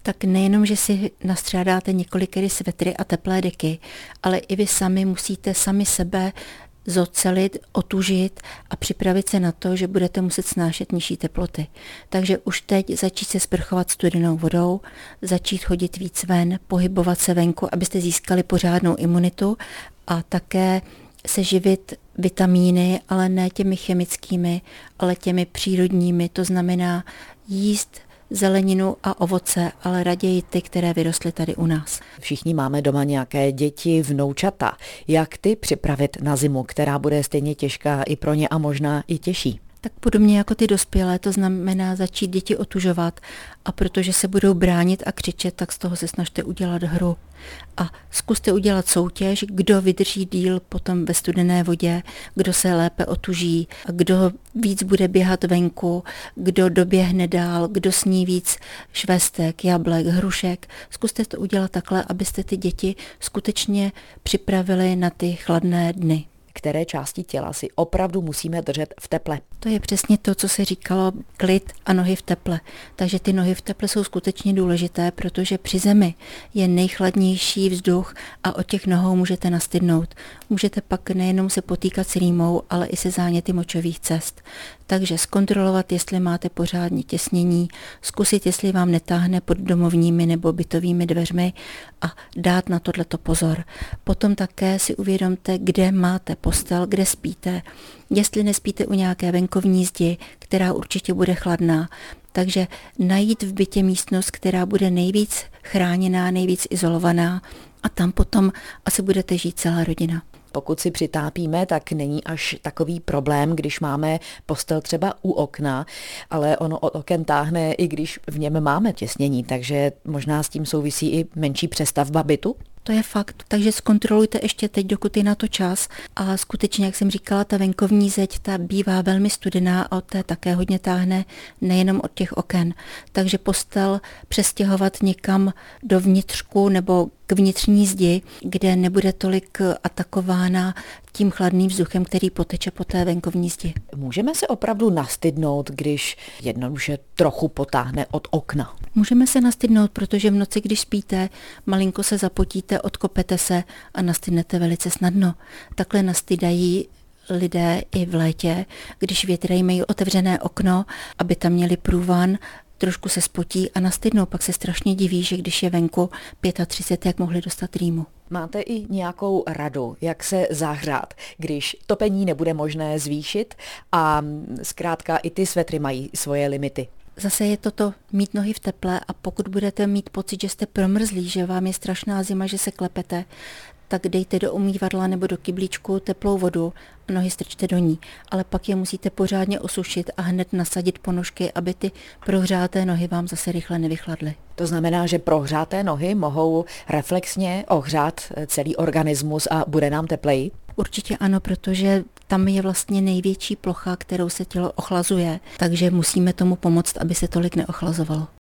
Tak nejenom, že si nastřádáte několikerý svetry a teplé deky, ale i vy sami musíte sami sebe zocelit, otužit a připravit se na to, že budete muset snášet nižší teploty. Takže už teď začít se sprchovat studenou vodou, začít chodit víc ven, pohybovat se venku, abyste získali pořádnou imunitu a také se živit vitamíny, ale ne těmi chemickými, ale těmi přírodními, to znamená jíst zeleninu a ovoce, ale raději ty, které vyrostly tady u nás. Všichni máme doma nějaké děti, vnoučata. Jak ty připravit na zimu, která bude stejně těžká i pro ně a možná i těžší? Tak podobně jako ty dospělé, to znamená začít děti otužovat a protože se budou bránit a křičet, tak z toho se snažte udělat hru. A zkuste udělat soutěž, kdo vydrží díl potom ve studené vodě, kdo se lépe otuží, kdo víc bude běhat venku, kdo doběhne dál, kdo sní víc švestek, jablek, hrušek. Zkuste to udělat takhle, abyste ty děti skutečně připravili na ty chladné dny. Které části těla si opravdu musíme držet v teple? To je přesně to, co se říkalo klid a nohy v teple. Takže ty nohy v teple jsou skutečně důležité, protože při zemi je nejchladnější vzduch a od těch nohou můžete nastydnout. Můžete pak nejenom se potýkat s rýmou, ale i se záněty močových cest. Takže zkontrolovat, jestli máte pořádně těsnění, zkusit, jestli vám netáhne pod domovními nebo bytovými dveřmi a dát na tohleto pozor. Potom také si uvědomte, kde máte postel, kde spíte, jestli nespíte u nějaké venkovní zdi, která určitě bude chladná. Takže najít v bytě místnost, která bude nejvíc chráněná, nejvíc izolovaná a tam potom asi budete žít celá rodina. Pokud si přitápíme, tak není až takový problém, když máme postel třeba u okna, ale ono od oken táhne, i když v něm máme těsnění, takže možná s tím souvisí i menší přestavba bytu? To je fakt, takže zkontrolujte ještě teď, dokud je na to čas a skutečně, jak jsem říkala, ta venkovní zeď, ta bývá velmi studená a od té také hodně táhne, nejenom od těch oken. Takže postel přestěhovat někam do vnitřku nebo k vnitřní zdi, kde nebude tolik atakována tím chladným vzduchem, který poteče po té venkovní zdi. Můžeme se opravdu nastydnout, když jednoduše trochu potáhne od okna? Můžeme se nastydnout, protože v noci, když spíte, malinko se zapotíte, odkopete se a nastydnete velice snadno. Takhle nastydají lidé i v létě, když větrají, mají otevřené okno, aby tam měli průvan, trošku se spotí a nastydnou, pak se strašně diví, že když je venku 35, jak mohli dostat rýmu. Máte i nějakou radu, jak se zahřát, když topení nebude možné zvýšit a zkrátka i ty svetry mají svoje limity? Zase je toto mít nohy v teple a pokud budete mít pocit, že jste promrzlí, že vám je strašná zima, že se klepete, tak dejte do umývadla nebo do kyblíčku teplou vodu a nohy strčte do ní. Ale pak je musíte pořádně osušit a hned nasadit ponožky, aby ty prohřáté nohy vám zase rychle nevychladly. To znamená, že prohřáté nohy mohou reflexně ohřát celý organismus a bude nám tepleji? Určitě ano, protože tam je vlastně největší plocha, kterou se tělo ochlazuje, takže musíme tomu pomoct, aby se tolik neochlazovalo.